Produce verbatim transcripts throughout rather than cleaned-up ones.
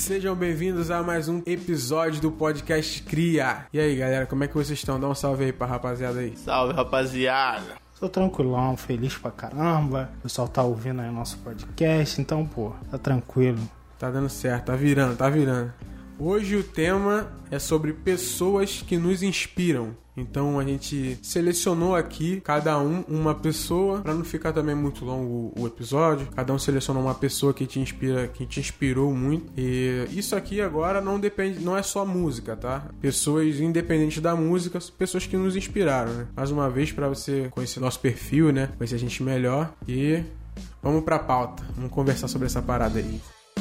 Sejam bem-vindos a mais um episódio do podcast Cria. E aí, galera, como é que vocês estão? Dá um salve aí pra rapaziada aí. Salve, rapaziada. Tô tranquilão, feliz pra caramba. O pessoal tá ouvindo aí o nosso podcast, então, pô, tá tranquilo. Tá dando certo, tá virando, tá virando. Hoje o tema é sobre pessoas que nos inspiram. Então a gente selecionou aqui, cada um, uma pessoa, pra não ficar também muito longo o episódio. Cada um selecionou uma pessoa que te inspira, que te inspirou muito. E isso aqui agora não depende, não é só música, tá? Pessoas independentes da música, pessoas que nos inspiraram, né? Mais uma vez pra você conhecer nosso perfil, né? Conhecer a gente melhor. E vamos pra pauta. Vamos conversar sobre essa parada aí.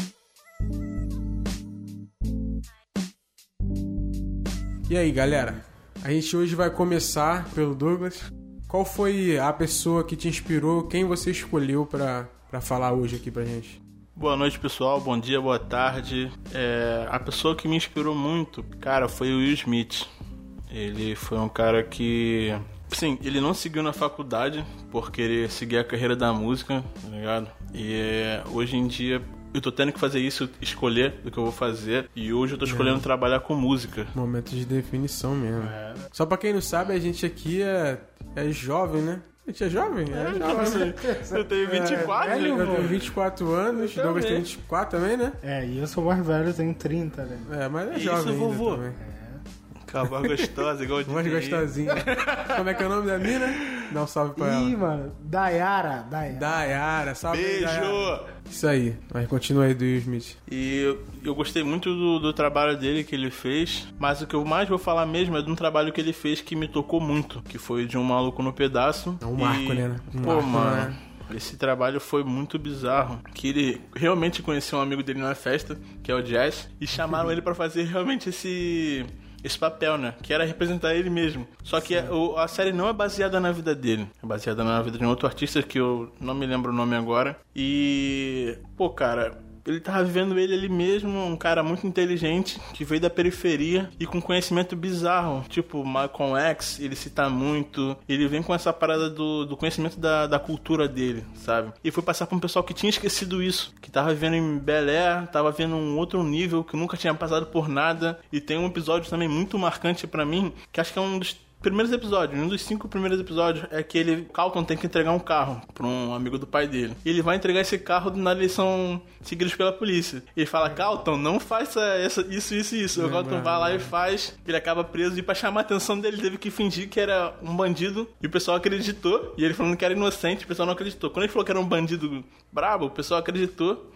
E aí, galera? A gente hoje vai começar pelo Douglas. Qual foi a pessoa que te inspirou? Quem você escolheu pra, pra falar hoje aqui pra gente? Boa noite, pessoal. Bom dia, boa tarde. É, a pessoa que me inspirou muito, cara, foi o Will Smith. Ele foi um cara que... Sim, ele não seguiu na faculdade por querer seguir a carreira da música, tá ligado? E é, hoje em dia... Eu tô tendo que fazer isso, escolher o que eu vou fazer. E hoje eu tô escolhendo é. trabalhar com música. Momento de definição mesmo. É. Só pra quem não sabe, a gente aqui é, é jovem, né? A gente é jovem? É, é jovem. Eu tenho vinte e quatro, é, velho, Eu tenho vinte e quatro anos. Eu Douglas tem vinte e quatro também, né? É, e eu sou mais velho, eu tenho trinta, né? É, mas é jovem isso, ainda vovô. também. Com a voz gostosa, igual de voz gostosinha. Como é que é o nome da mina? Dá um salve pra ela. Ih, mano. Dayara. Dayara. Dayara. Salve, Beijo! Dayara. Isso aí. Mas continua aí do Will Smith. E eu, eu gostei muito do, do trabalho dele que ele fez. Mas o que eu mais vou falar mesmo é de um trabalho que ele fez que me tocou muito. Que foi de Um Maluco no Pedaço. É um marco, e, né? Um pô, marco, mano... né? Esse trabalho foi muito bizarro, que ele realmente conheceu um amigo dele na festa, que é o Jazz, e chamaram ele pra fazer realmente esse... esse papel, né? Que era representar ele mesmo. Só que a, a série não é baseada na vida dele. É baseada na vida de um outro artista que eu não me lembro o nome agora. E... Pô, cara... Ele tava vivendo ele ali mesmo, um cara muito inteligente, que veio da periferia e com conhecimento bizarro. Tipo, Malcolm X, ele cita muito. Ele vem com essa parada do, do conhecimento da, da cultura dele, sabe? E foi passar pra um pessoal que tinha esquecido isso. Que tava vivendo em Bel Air, tava vendo um outro nível, que nunca tinha passado por nada. E tem um episódio também muito marcante pra mim, que acho que é um dos primeiros episódios, um dos cinco primeiros episódios é que ele, Carlton tem que entregar um carro pra um amigo do pai dele. E ele vai entregar esse carro, na eles são seguidos pela polícia. Ele fala, Carlton, não faça essa, isso, isso e isso. O Carlton vai lá e faz, ele acaba preso. E pra chamar a atenção dele, teve que fingir que era um bandido. E o pessoal acreditou. E ele falando que era inocente, o pessoal não acreditou. Quando ele falou que era um bandido brabo, o pessoal acreditou.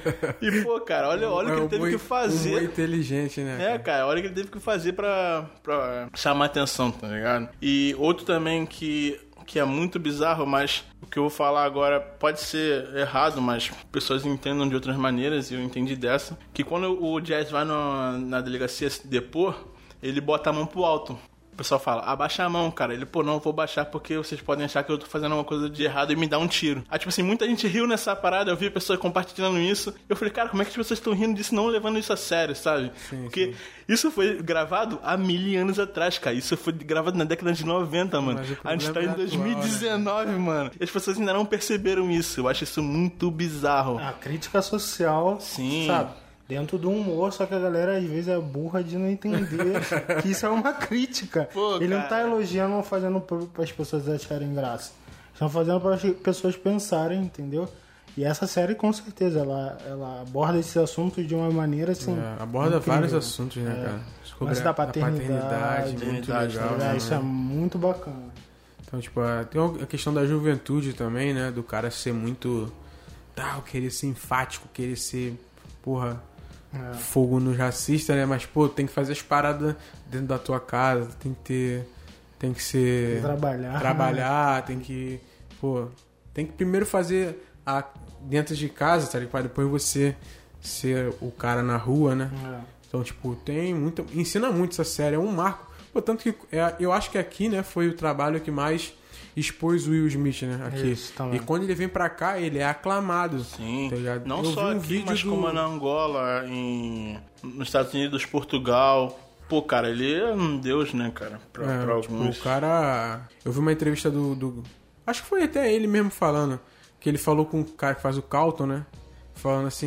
E, pô, cara, olha, olha o que ele teve que fazer. Muito inteligente, né? É, cara, olha o que ele teve que fazer pra, pra chamar a atenção, tá ligado? E outro também que, que é muito bizarro, mas o que eu vou falar agora pode ser errado, mas pessoas entendam de outras maneiras, e eu entendi dessa. Que quando o Jazz vai no, na delegacia se depor, ele bota a mão pro alto. O pessoal fala, abaixa a mão, cara. Ele, pô, não, vou baixar porque vocês podem achar que eu tô fazendo uma coisa de errado e me dá um tiro. Aí, tipo assim, muita gente riu nessa parada, eu vi pessoas compartilhando isso. Eu falei, cara, como é que as pessoas estão rindo disso, não levando isso a sério, sabe? Sim, porque sim. Isso foi gravado há mil anos atrás, cara. Isso foi gravado na década de noventa, mano. A gente tá em dois mil e dezenove, atual, né? Mano. E as pessoas ainda não perceberam isso. Eu acho isso muito bizarro. A crítica social, sim, sabe? Dentro do humor, só que a galera às vezes é burra de não entender que isso é uma crítica. Pô, ele cara. Não tá elogiando ou fazendo para as pessoas acharem graça. Estão fazendo para as pessoas pensarem, entendeu? E essa série, com certeza, ela, ela aborda esses assuntos de uma maneira assim. É, aborda incrível. Vários assuntos, né, é. cara? Sobre Mas da paternidade, paternidade, muito legal. É, né? Isso é muito bacana. Então, tipo, tem a questão da juventude também, né? Do cara ser muito. Tal, querer ser enfático, querer ser. Porra. É. Fogo no racista, né? Mas, pô, tem que fazer as paradas dentro da tua casa, tem que ter. Tem que ser. Tem que trabalhar. Trabalhar, né? Tem que. Pô, tem que primeiro fazer a, dentro de casa, tá ligado? Pra depois você ser o cara na rua, né? É. Então, tipo, tem muito. Ensina muito essa série, é um marco. Pô, tanto que é, eu acho que aqui, né, foi o trabalho que mais expôs o Will Smith, né? Aqui. Isso, e quando ele vem pra cá, ele é aclamado. Sim. Tá não eu só um aqui, mas do... como na Angola, em... nos Estados Unidos, Portugal. Pô, cara, ele é um deus, né, cara? Pra, é, pra tipo, alguns. O cara... Eu vi uma entrevista do, do... Acho que foi até ele mesmo falando. Que ele falou com o cara que faz o Carlton, né? Falando assim...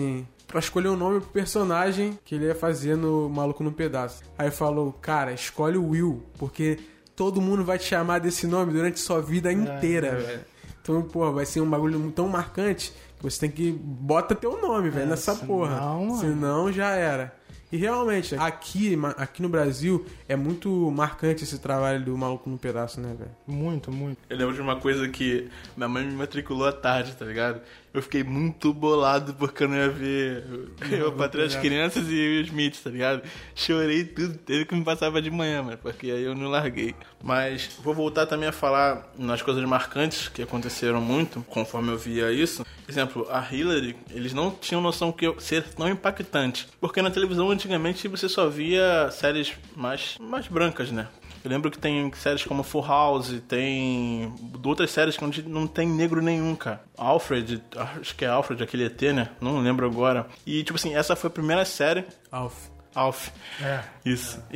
pra escolher um nome pro personagem que ele ia fazer no Maluco no Pedaço. Aí falou, cara, escolhe o Will, porque todo mundo vai te chamar desse nome durante sua vida inteira, é, velho. Então, pô, vai ser um bagulho tão marcante que você tem que... Bota teu nome, velho, é, nessa senão, porra. Mano. Senão já era. E realmente, aqui, aqui no Brasil, é muito marcante esse trabalho do Maluco no Pedaço, né, velho? Muito, muito. Eu lembro de uma coisa que minha mãe me matriculou à tarde, tá ligado? Eu fiquei muito bolado porque eu não ia ver Eu, Patrulha das Crianças e o Smith, tá ligado? Chorei tudo, teve que me passava de manhã, mano, porque aí eu não larguei. Mas vou voltar também a falar nas coisas marcantes que aconteceram muito, conforme eu via isso. Por exemplo, a Hillary, eles não tinham noção que eu ser tão impactante. Porque na televisão, antigamente, você só via séries mais, mais brancas, né? Eu lembro que tem séries como Full House, tem outras séries onde não tem negro nenhum, cara. Alfred, acho que é Alfred, aquele E T, né? Não lembro agora. E, tipo assim, essa foi a primeira série... Alf. Alf. É. Isso. É.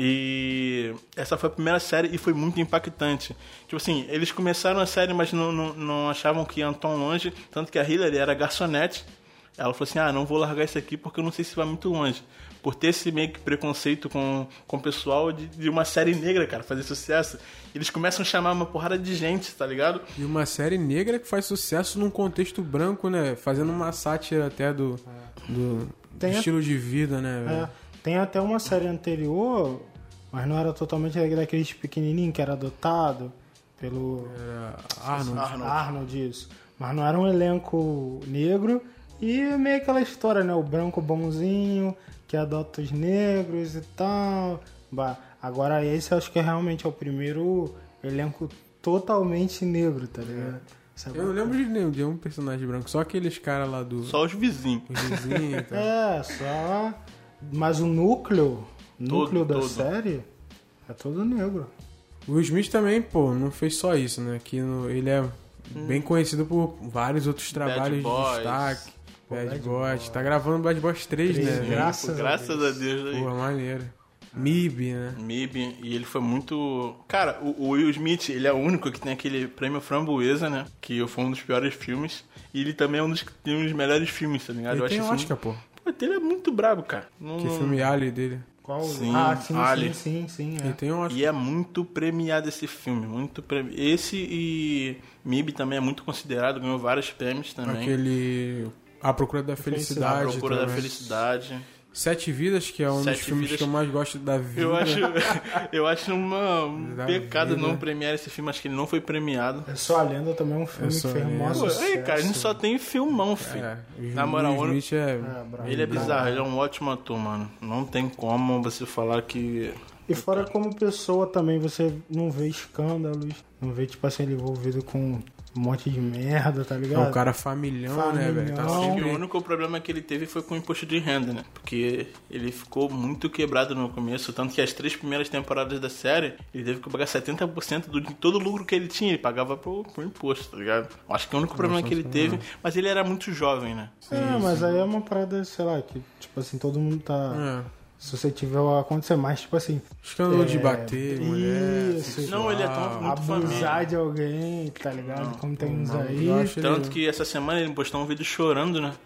E essa foi a primeira série e foi muito impactante. Tipo assim, eles começaram a série, mas não, não, não achavam que iam tão longe. Tanto que a Hillary era garçonete. Ela falou assim, ah, não vou largar isso aqui porque eu não sei se vai muito longe. Por ter esse meio que preconceito com, com o pessoal de, de uma série negra, cara, fazer sucesso. Eles começam a chamar uma porrada de gente, tá ligado? E uma série negra que faz sucesso num contexto branco, né? Fazendo uma sátira até do, do, do estilo de vida, né? É, tem até uma série anterior, mas não era totalmente daqueles pequenininhos que era adotado pelo... Era Arnold. Arnold. Arnold, isso. Mas não era um elenco negro e meio aquela história, né? O branco bonzinho... que adota os negros e tal. Bah, agora esse eu acho que é realmente é o primeiro elenco totalmente negro, tá ligado? É. Eu não lembro de nenhum, de um personagem branco, só aqueles caras lá do... Só os vizinhos. Os vizinhos e tal. É, só... Mas o núcleo, o núcleo da todo. série é todo negro. O Will Smith também, pô, não fez só isso, né? Que no, ele é hum. bem conhecido por vários outros trabalhos de destaque. Bad, Bad Boys. Boys. Tá gravando Bad Boys três, três né? Graças, graças a Deus. Deus aí. Pô, maneiro. M I B, né? M I B, e ele foi muito... Cara, o, o Will Smith, ele é o único que tem aquele prêmio Framboesa, né? Que foi um dos piores filmes. E ele também é um dos que tem um dos melhores filmes, tá ligado? Ele eu tem acho Oscar, pô. Pô, ele é muito brabo, cara. Não... Que filme Ali dele. Qual? Sim, ah, sim, Ali. sim, sim, sim. É. Ele tem Oscar. E é muito premiado esse filme, muito premiado. Esse e M I B também é muito considerado, ganhou vários prêmios também. Aquele... A Procura da Felicidade. A Procura também. da Felicidade. Sete Vidas, que é um Sete dos filmes Vidas... que eu mais gosto da vida. Eu acho, eu acho uma, um da pecado vida. não premiar esse filme. Acho que ele não foi premiado. É Só a Lenda também é um filme que fez mó sucesso. Aí, cara, a gente só tem filmão, filho. É, Na moral, o Smith é... é ele é bizarro, ele é um ótimo ator, mano. Não tem como você falar que... E fora como pessoa também, você não vê escândalos, não vê, tipo assim, ele envolvido com um monte de merda, tá ligado? É um cara familhão, familhão. né, velho? Tá sempre... O único problema que ele teve foi com o imposto de renda, né? Porque ele ficou muito quebrado no começo, tanto que as três primeiras temporadas da série, ele teve que pagar setenta por cento do, de todo o lucro que ele tinha, ele pagava pro, pro imposto, tá ligado? Acho que é o único problema que ele teve, mas ele era muito jovem, né? Sim, é, mas sim. Aí é uma parada, sei lá, que, tipo assim, todo mundo tá... É. Suscetível a acontecer mais, tipo assim... Escândalo é, de bater, mulher... Isso, não, ele é tão muito abusar família. de alguém, tá ligado? Não, Como tem uns aí... Tanto que essa semana ele postou um vídeo chorando, né?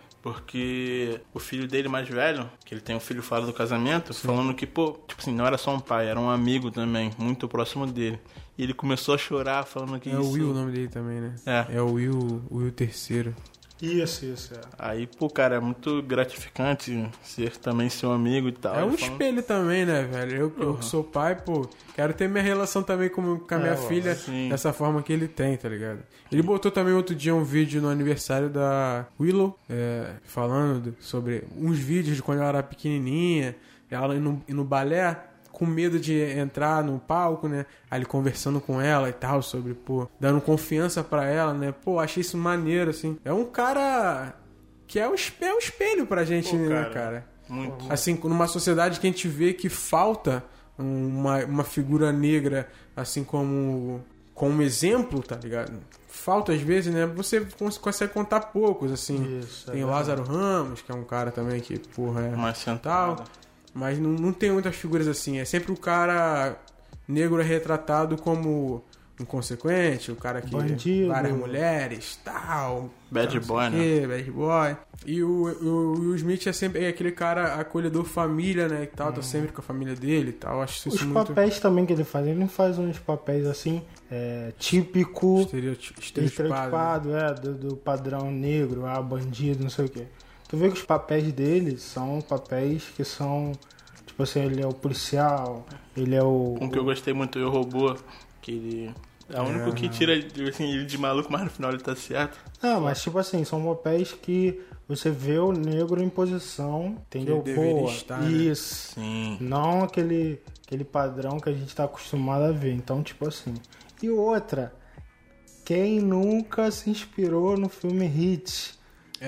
Porque o filho dele mais velho, que ele tem um filho fora do casamento, Sim. falando que, pô, tipo assim, não era só um pai, era um amigo também, muito próximo dele. E ele começou a chorar, falando que é isso... É o Will o nome dele também, né? É. É o Will, o Will terceiro. Isso, isso, é. Aí, pô, cara, é muito gratificante ser também seu amigo e tal. É um falando... espelho também, né, velho? Eu, uhum. eu que sou pai, pô, quero ter minha relação também com, com a minha é, filha sim. dessa forma que ele tem, tá ligado? Ele botou também outro dia um vídeo no aniversário da Willow, é, falando sobre uns vídeos de quando ela era pequenininha, ela indo, indo no balé, com medo de entrar no palco, né? Aí ele conversando com ela e tal, sobre, pô, dando confiança pra ela, né? Pô, achei isso maneiro, assim. É um cara que é um espelho, é um espelho pra gente, pô, né, cara? cara? Muito. Assim, numa sociedade que a gente vê que falta uma, uma figura negra, assim, como, como exemplo, tá ligado? Falta, às vezes, né? Você consegue contar poucos, assim. Isso, Tem é o Lázaro Ramos, que é um cara também que, porra, é... mais central. Mas não, não tem muitas figuras assim. É sempre o cara negro retratado como inconsequente, o cara que... Bandido. Várias mulheres, tal... Bad não sei boy, o quê, Bad boy. E o, o, o Will Smith é sempre é aquele cara acolhedor família, né, e tal, tá sempre com a família dele e tal. Acho isso Os muito... papéis também que ele faz, ele não faz uns papéis assim, é, típico, Estereotip- estereotipado. estereotipado, é, do, do padrão negro, ah, bandido, não sei o quê. Tu vê que os papéis dele são papéis que são, tipo assim, ele é o policial, ele é o... Um que eu gostei muito é o Robô, que ele... É o único É. que tira assim, ele de maluco, mas no final ele tá certo. Não, mas tipo assim, são papéis que você vê o negro em posição, entendeu? Que ele deveria Boa, estar, né? isso. Sim. Não aquele, aquele padrão que a gente tá acostumado a ver. Então, tipo assim. E outra, quem nunca se inspirou no filme Hit?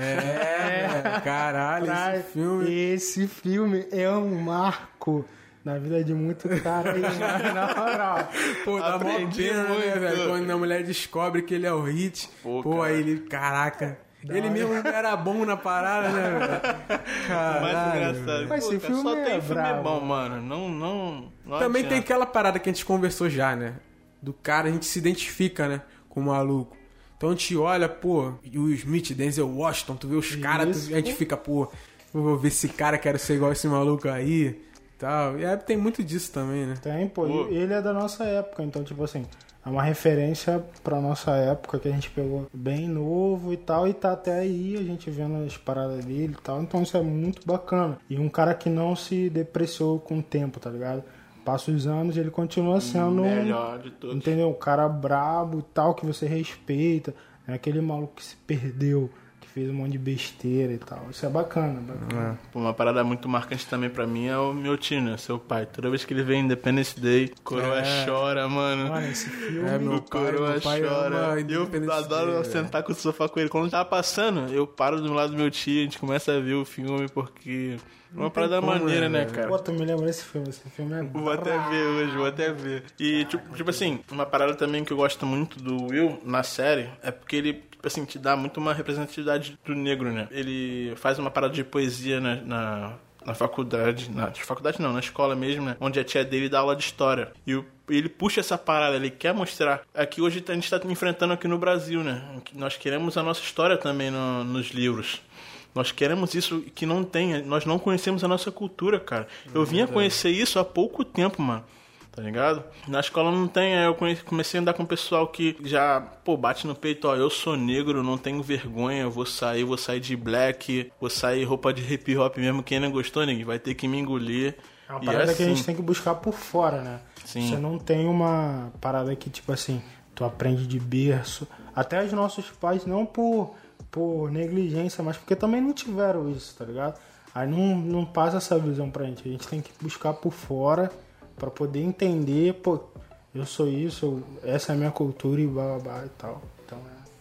É, caralho, Pra- esse filme... Esse filme é um marco na vida de muito cara aí, na moral. Pô, dá mó Aprendi pena, né, muito. velho? Quando a mulher descobre que ele é o Hit. Pô, Pô, cara. aí ele... Caraca... Ele mesmo era bom na parada, né, velho? O Caralho, mais engraçado. velho. Mas Pô, esse cara, filme só é tem filme brabo. bom, mano. Não, não, não Também tem adianta. aquela parada que a gente conversou já, né? Do cara, a gente se identifica, né? Com o maluco. Então a gente olha, pô, Will Smith, Denzel Washington, tu vê os caras, Isso. tu- a gente fica, pô, eu vou ver esse cara, quero ser igual esse maluco aí. Tal. E aí tem muito disso também, né? Tem, pô. Pô. E ele é da nossa época, então, tipo assim, é uma referência pra nossa época que a gente pegou bem novo e tal, e tá até aí a gente vendo as paradas dele e tal, então isso é muito bacana. E um cara que não se depreciou com o tempo, tá ligado? Passa os anos e ele continua sendo um, Melhor de todos. entendeu? Um cara brabo e tal, que você respeita, é aquele maluco que se perdeu, que fez um monte de besteira e tal. Isso é bacana, bacana. Pô, uma parada muito marcante também pra mim é o meu tio, né? Seu pai. Toda vez que ele vê Independence Day, coroa É. chora, mano. Mano, esse filme... É, meu O pai, coroa meu pai chora. ama Eu Independence adoro Day, sentar com o sofá com ele. Quando tá passando, eu paro do lado do meu tio, a gente começa a ver o filme porque é uma parada como, maneira, né, né, velho? cara? Pô, tu me lembra desse filme, esse filme é Vou até ver hoje, vou até ver. E, tipo, tipo assim, uma parada também que eu gosto muito do Will na série é porque ele, tipo assim, te dá muito uma representatividade do negro, né? Ele faz uma parada de poesia na, na, na faculdade, na faculdade não, na escola mesmo, né? Onde a tia dele dá aula de história. E o, ele puxa essa parada, ele quer mostrar. Aqui hoje a gente tá enfrentando aqui no Brasil, né? Nós queremos a nossa história também no, nos livros. Nós queremos isso que não tem. Nós não conhecemos a nossa cultura, cara. Eu vim a conhecer isso há pouco tempo, mano. Tá ligado? Na escola não tem. Aí eu conheci- comecei a andar com um pessoal que já, pô, bate no peito, ó. Eu sou negro, não tenho vergonha. Eu vou sair, vou sair de black. Vou sair roupa de hip hop mesmo. Quem não gostou, ninguém vai ter que me engolir. É uma E parada é que a gente assim. tem que buscar por fora, né? Sim. Você não tem uma parada que, tipo assim, tu aprende de berço. Até os nossos pais, não por, por negligência, mas porque também não tiveram isso, tá ligado? Aí não, não passa essa visão pra gente. A gente tem que buscar por fora pra poder entender, pô, eu sou isso, eu- essa é a minha cultura e blá blá blá e tal. Então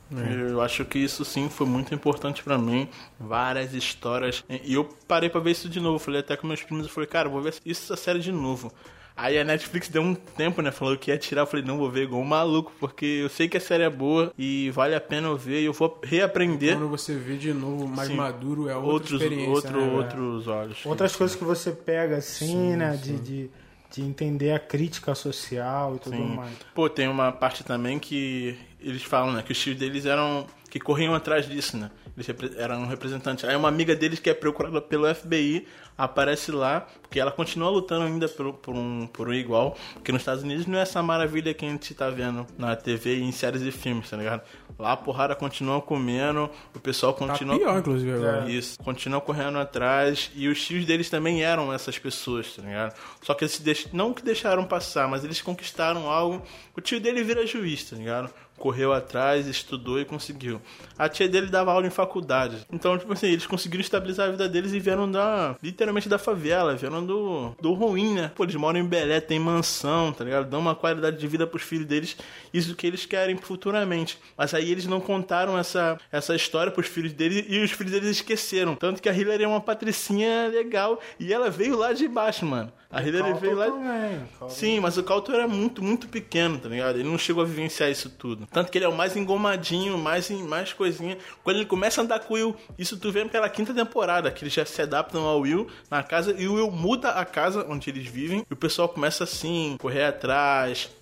é. Eu acho que isso sim foi muito importante pra mim. Várias histórias. E eu parei pra ver isso de novo. Falei até com meus primos, eu falei, cara, vou ver isso, essa série de novo. Aí a Netflix deu um tempo, né? Falou que ia tirar. Eu falei, não, vou ver igual um maluco, porque eu sei que a série é boa e vale a pena eu ver. E eu vou reaprender Quando você vê de novo mais Sim. maduro, é outra outros, experiência, outro, né, velho? outros olhos. Outras coisas que você pega assim, Sim, né? sim. De, de, de entender a crítica social e tudo Sim. mais. Pô, tem uma parte também que eles falam, né? Que os tios deles eram... Que corriam atrás disso, né? Eles repre- eram representantes. Aí uma amiga deles que é procurada pelo F B I aparece lá, porque ela continua lutando ainda por, por, um, por um igual. Porque nos Estados Unidos não é essa maravilha que a gente tá vendo na T V e em séries e filmes, tá ligado? Lá a porrada continua comendo, o pessoal Tá continua... pior, inclusive, agora. Isso, continuam correndo atrás. E os tios deles também eram essas pessoas, tá ligado? Só que eles se deix... não que deixaram passar, mas eles conquistaram algo. O tio dele vira juiz, tá ligado? Correu atrás, estudou e conseguiu. A tia dele dava aula em faculdade. Então, tipo assim, eles conseguiram estabilizar a vida deles e vieram da... literalmente da favela, vieram do, do ruim, né? Pô, eles moram em Belé, tem mansão, tá ligado? Dão uma qualidade de vida pros filhos deles, isso que eles querem futuramente. Mas aí eles não contaram essa, essa história pros filhos deles e os filhos deles esqueceram. Tanto que a Hillary é uma patricinha legal e ela veio lá de baixo, mano. A Hillary veio lá... Também, Calton. Sim, mas o Calton era muito, muito pequeno, tá ligado? Ele não chegou a vivenciar isso tudo. Tanto que ele é o mais engomadinho, mais, mais coisinha. Quando ele começa a andar com o Will, isso tu vê pela quinta temporada, que eles já se adaptam ao Will na casa, e o Will muda a casa onde eles vivem, e o pessoal começa assim, correr atrás,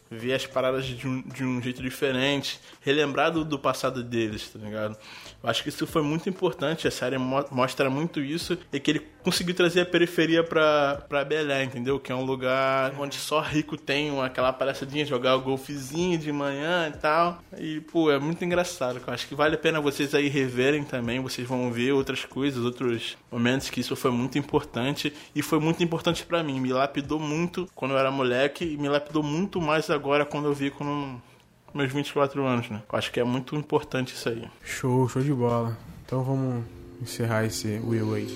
ver as paradas de um, de um jeito diferente, relembrar do, do passado deles, tá ligado? Eu acho que isso foi muito importante, a série mo- mostra muito isso, e que ele conseguiu trazer a periferia pra, pra Belém, entendeu? Que é um lugar onde só rico tem aquela palhaçadinha, jogar o golfezinho de manhã e tal. E, pô, é muito engraçado. Eu acho que vale a pena vocês aí reverem também, vocês vão ver outras coisas, outros momentos que isso foi muito importante, e foi muito importante pra mim. Me lapidou muito quando eu era moleque, e me lapidou muito mais agora quando eu vi quando... meus vinte e quatro anos, né? Eu acho que é muito importante isso aí. Show, show de bola. Então vamos encerrar esse Will aí.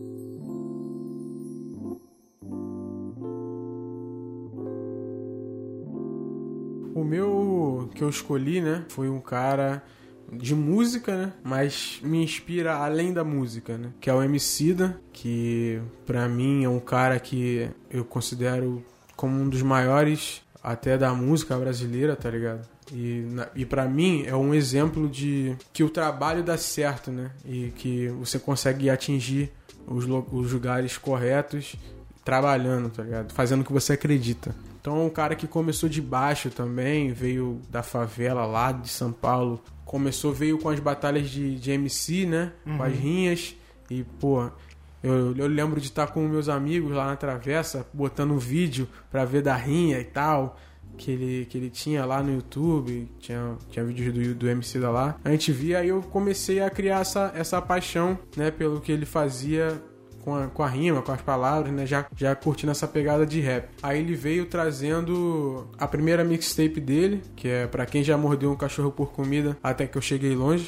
O meu que eu escolhi, né, foi um cara de música, né, mas me inspira além da música, né, que é o Emicida, que pra mim é um cara que eu considero como um dos maiores até da música brasileira, tá ligado? E, na, e pra mim é um exemplo de que o trabalho dá certo, né? E que você consegue atingir os, os lugares corretos trabalhando, tá ligado? Fazendo o que você acredita. Então é um cara que começou de baixo também, veio da favela lá de São Paulo. Começou, veio com as batalhas de, de M C, né? Uhum. Com as rinhas. E, pô... Eu, eu lembro de estar com meus amigos lá na travessa, botando um vídeo pra ver da rinha e tal, que ele, que ele tinha lá no YouTube, tinha, tinha vídeos do, do Emicida lá. A gente via, aí eu comecei a criar essa, essa paixão, né, pelo que ele fazia com a, com a rima, com as palavras, né, já, já curtindo essa pegada de rap. Aí ele veio trazendo a primeira mixtape dele, que é Pra Quem Já Mordeu um Cachorro por Comida, Até Que Eu Cheguei Longe.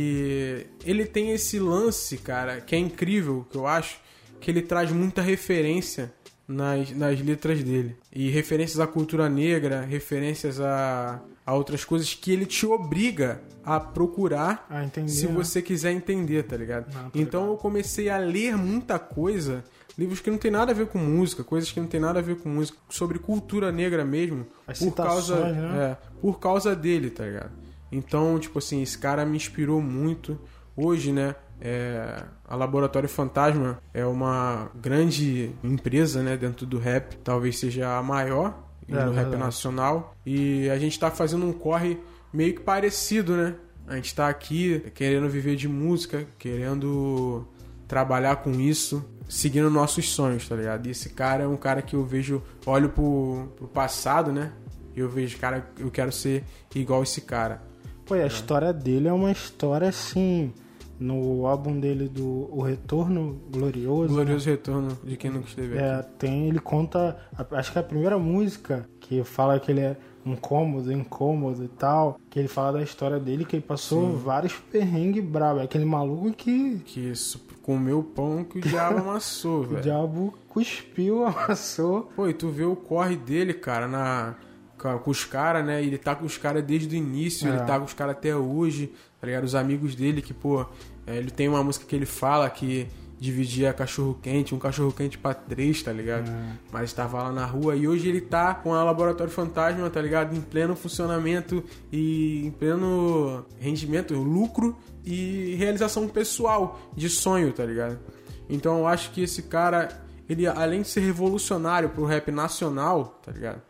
E ele tem esse lance, cara, que é incrível, que eu acho, que ele traz muita referência nas, nas letras dele. E referências à cultura negra, referências a, a outras coisas que ele te obriga a procurar ah, entendi, se né? você quiser entender, tá ligado? Não, então ligado. Eu comecei a ler muita coisa, livros que não tem nada a ver com música, coisas que não tem nada a ver com música, sobre cultura negra mesmo, As por causa, né? é, por causa dele, tá ligado? Então, tipo assim, esse cara me inspirou muito. Hoje, né, é, a Laboratório Fantasma é uma grande empresa, né, dentro do rap. Talvez seja a maior é, no rap nacional. E a gente tá fazendo um corre meio que parecido, né? A gente tá aqui querendo viver de música, querendo trabalhar com isso, seguindo nossos sonhos, tá ligado? E esse cara é um cara que eu vejo, olho pro, pro passado, né? E eu vejo, cara, eu quero ser igual esse cara. Pô, e a é. história dele é uma história assim, no álbum dele do O Retorno Glorioso. Glorioso né? Retorno de Quem Nunca Esteve Aqui. É, tem, ele conta, acho que a primeira música que fala que ele é incômodo, incômodo e tal, que ele fala da história dele, que ele passou Sim. vários perrengues bravos. É aquele maluco que... Que comeu pão que o diabo amassou, velho. O diabo cuspiu, amassou. Pô, e tu vê o corre dele, cara, na... com os caras, né? Ele tá com os caras desde o início, é. ele tá com os caras até hoje, tá ligado? Os amigos dele que, pô, é, ele tem uma música que ele fala que dividia cachorro-quente, um cachorro-quente pra três, tá ligado? É. Mas tava lá na rua e hoje ele tá com a Laboratório Fantasma, tá ligado? Em pleno funcionamento e em pleno rendimento, lucro e realização pessoal de sonho, tá ligado? Então eu acho que esse cara, ele além de ser revolucionário pro rap nacional, tá ligado?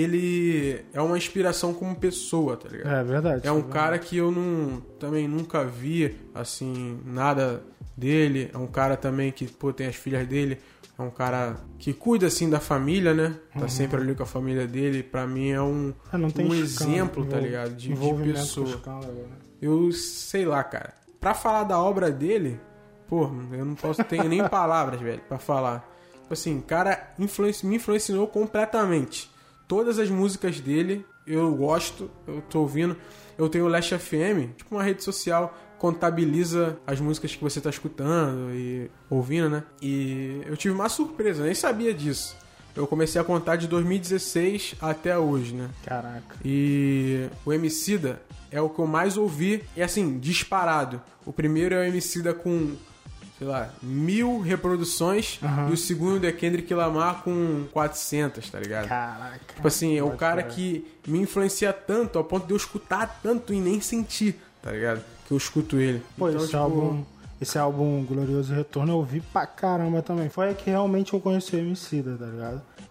Ele é uma inspiração como pessoa, tá ligado? É verdade. É um é cara verdade. que eu não, também nunca vi, assim, nada dele. É um cara também que, pô, tem as filhas dele. É um cara que cuida, assim, da família, né? Tá uhum. sempre ali com a família dele. Pra mim é um, é, não tem um escala, exemplo, tá ligado? De, de pessoa. Escala, né? Eu sei lá, cara. Pra falar da obra dele, pô, eu não posso ter nem palavras, velho, pra falar. Tipo assim, cara influenci, me influenciou completamente. Todas as músicas dele eu gosto, eu tô ouvindo. Eu tenho o Last F M, tipo uma rede social, contabiliza as músicas que você tá escutando e ouvindo, né? E eu tive uma surpresa, eu nem sabia disso. Eu comecei a contar de dois mil e dezesseis até hoje, né? Caraca. E o Emicida é o que eu mais ouvi, e assim, disparado. O primeiro é o Emicida com... sei lá, mil reproduções, uhum. e o segundo é Kendrick Lamar com quatrocentas, tá ligado? Caraca. Tipo assim, é o cara que me influencia tanto ao ponto de eu escutar tanto e nem sentir, tá ligado? Que eu escuto ele. Pô, então, esse, tipo... álbum, esse álbum Glorioso Retorno eu ouvi pra caramba também. Foi aí que realmente eu conheci o Emicida, tá ligado?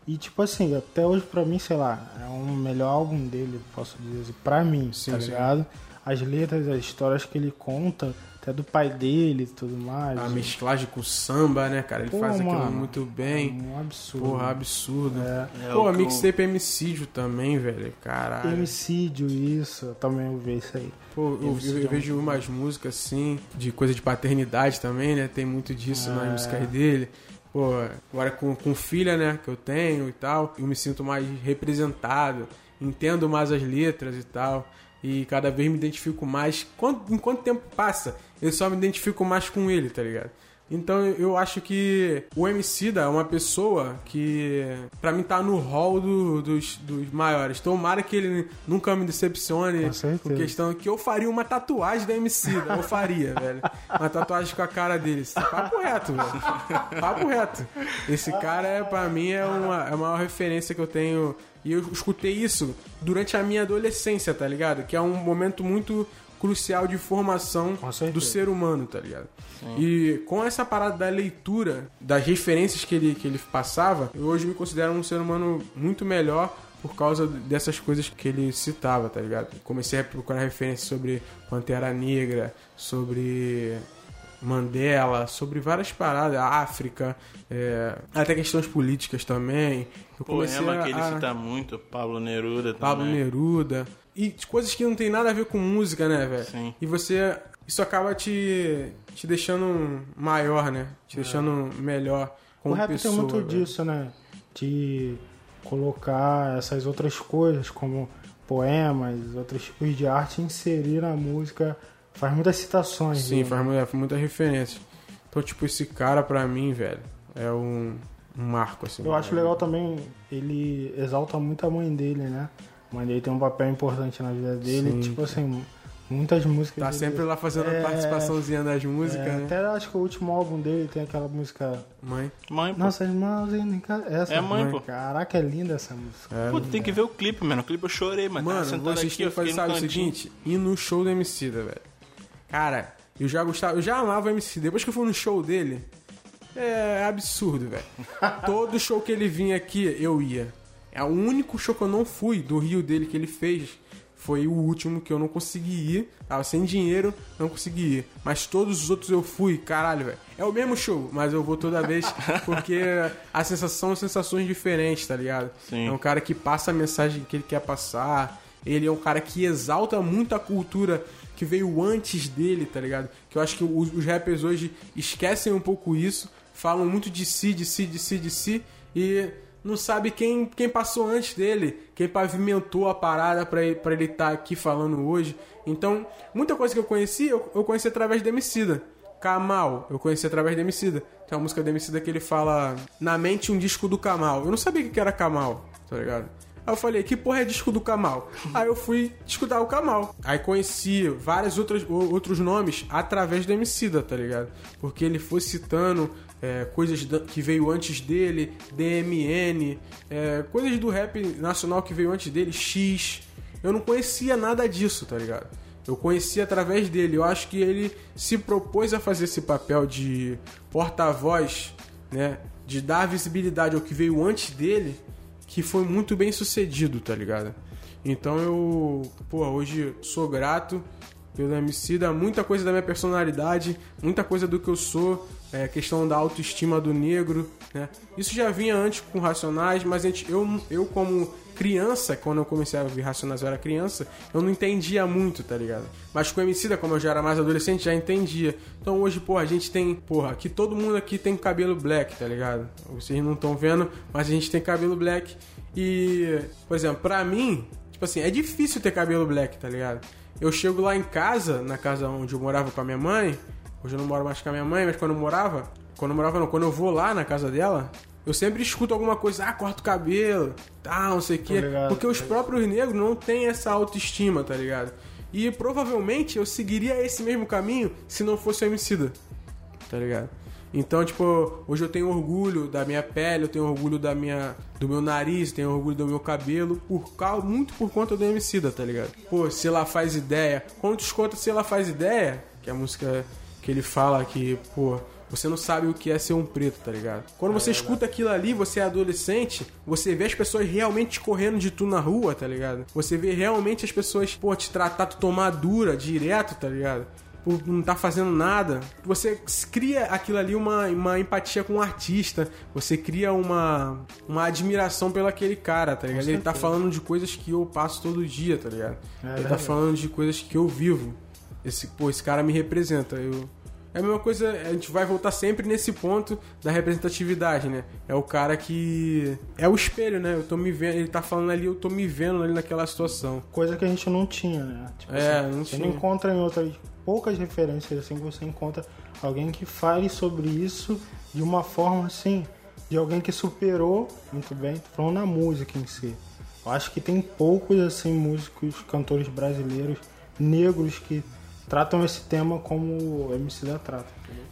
E tipo assim, até hoje pra mim, sei lá, é o melhor álbum dele, posso dizer, pra mim, Sim, tá sim. ligado? As letras, as histórias que ele conta, até do pai dele e tudo mais. A mesclagem com samba, né, cara? Ele Pô, faz aquilo mano, muito bem. É um absurdo. Porra, absurdo. É. É Pô, o a que mixtape Homicídio também, velho. Caralho. Homicídio, isso, eu também ouvi isso aí. Pô, eu, eu, eu vejo umas músicas assim, de coisa de paternidade também, né? Tem muito disso É. nas músicas dele. Pô, agora com, com filha, né, que eu tenho e tal, eu me sinto mais representado, entendo mais as letras e tal, e cada vez me identifico mais. Quanto, enquanto tempo passa, eu só me identifico mais com ele, tá ligado? Então eu acho que o Emicida é uma pessoa que, pra mim, tá no hall do, dos, dos maiores. Tomara que ele nunca me decepcione Com certeza. com questão que eu faria uma tatuagem do Emicida. Eu faria, velho. Uma tatuagem com a cara dele. Papo reto, velho. Papo reto. Esse cara, é, pra mim, é, uma, é a maior referência que eu tenho. E eu escutei isso durante a minha adolescência, tá ligado? Que é um momento muito crucial de formação Com certeza. do ser humano, tá ligado? E com essa parada da leitura, das referências que ele, que ele passava, eu hoje me considero um ser humano muito melhor por causa dessas coisas que ele citava, tá ligado? Comecei a procurar referências sobre Pantera Negra, sobre Mandela, sobre várias paradas, África, é, até questões políticas também. Eu comecei Poema a, que ele a... cita muito, Pablo Neruda também. Pablo Neruda. E coisas que não tem nada a ver com música, né, velho? Sim. E você... Isso acaba te, te deixando maior, né? Te deixando melhor como O rap pessoa. tem muito velho. disso, né? De colocar essas outras coisas, como poemas, outros tipos de arte, inserir na música. Faz muitas citações. Sim, né? faz muita, muita referência. Então, tipo, esse cara, pra mim, velho, é um, um marco, assim. Eu acho legal também, ele exalta muito a mãe dele, né? A mãe dele tem um papel importante na vida dele. Sim. Tipo assim, muitas músicas... Tá dele- sempre lá fazendo É, a participaçãozinha das músicas, É, né? até acho que o último álbum dele tem aquela música... Mãe. Mãe, pô. Nossas mãos em casa. Essa. É a mãe, pô. Caraca, é linda essa música. É, Pô, tu tem que ver o clipe, mano. O clipe eu chorei, mano. Tava Mano, sentado vocês aqui, têm eu que fazer, fiquei no sabe o cantinho. seguinte? Ir no show do Emicida, velho. Cara, eu já gostava, eu já amava o Emicida. Depois que eu fui no show dele, é absurdo, velho. Todo show que ele vinha aqui, eu ia. É o único show que eu não fui do Rio dele que ele fez. Foi o último que eu não consegui ir. Tava sem dinheiro, não consegui ir. Mas todos os outros eu fui, caralho, velho. É o mesmo show, mas eu vou toda vez porque a sensação são sensações diferentes, tá ligado? Sim. É um cara que passa a mensagem que ele quer passar. Ele é um cara que exalta muito a cultura que veio antes dele, tá ligado? Que eu acho que os, os rappers hoje esquecem um pouco isso. Falam muito de si, de si, de si, de si. E não sabe quem, quem passou antes dele, quem pavimentou a parada pra ele, pra ele estar aqui falando hoje. Então, muita coisa que eu conheci, eu, eu conheci através do Emicida. Kamal, eu conheci através do Emicida. Tem uma música do Emicida que ele fala Na mente um disco do Kamal. Eu não sabia o que era Kamal, tá ligado? Aí eu falei, que porra é disco do Kamal? Aí eu fui escutar o Kamal. Aí conheci vários outros, outros nomes através do Emicida, tá ligado? Porque ele foi citando é, coisas que veio antes dele, D M N, é, coisas do rap nacional que veio antes dele, X. Eu não conhecia nada disso, tá ligado? Eu conheci através dele. Eu acho que ele se propôs a fazer esse papel de porta-voz, né? De dar visibilidade ao que veio antes dele, que foi muito bem sucedido, tá ligado? Então eu, pô, hoje sou grato pelo Emicida, muita coisa da minha personalidade, muita coisa do que eu sou, é, questão da autoestima do negro, né? Isso já vinha antes com Racionais, mas a gente, eu, eu como criança, quando eu comecei a ouvir Racionais eu era criança, eu não entendia muito, tá ligado? Mas com o Emicida, como eu já era mais adolescente, já entendia. Então hoje, porra, a gente tem, porra, aqui todo mundo aqui tem cabelo black, tá ligado? Vocês não estão vendo, mas a gente tem cabelo black. E, por exemplo, pra mim, tipo assim, é difícil ter cabelo black, tá ligado? Eu chego lá em casa, na casa onde eu morava com a minha mãe, hoje eu não moro mais com a minha mãe, mas quando eu morava, quando eu morava não, quando eu vou lá na casa dela, eu sempre escuto alguma coisa, ah, corta o cabelo, tá, não sei o quê, ligado, porque os próprios negros não têm essa autoestima, tá ligado? E provavelmente eu seguiria esse mesmo caminho se não fosse o Emicida, tá ligado? Então, tipo, hoje eu tenho orgulho da minha pele, eu tenho orgulho da minha, do meu nariz, tenho orgulho do meu cabelo, por causa, muito por conta do Emicida, tá ligado? Pô, Se Ela Faz Ideia. Quando tu escuta Se Ela Faz Ideia, que é a música que ele fala que, pô, você não sabe o que é ser um preto, tá ligado? Quando você escuta aquilo ali, você é adolescente, você vê as pessoas realmente correndo de tu na rua, tá ligado? Você vê realmente as pessoas, pô, te tratar, tu tomar dura, direto, tá ligado? Por não tá fazendo nada. Você cria aquilo ali uma, uma empatia com o artista. Você cria uma, uma admiração pelo aquele cara, tá ligado? Ele tá falando de coisas que eu passo todo dia, tá ligado? É, Ele tá falando de coisas que eu vivo. Esse, pô, esse cara me representa. Eu... É a mesma coisa, a gente vai voltar sempre nesse ponto da representatividade, né? É o cara que... É o espelho, né? Eu tô me vendo, ele tá falando ali, eu tô me vendo ali naquela situação. Coisa que a gente não tinha, né? Tipo é, assim, não você tinha. não encontra em outras poucas referências, assim, que você encontra alguém que fale sobre isso de uma forma, assim, de alguém que superou muito bem, tô falando na música em si. Eu acho que tem poucos, assim, músicos, cantores brasileiros, negros, que tratam esse tema como o Emicida trata.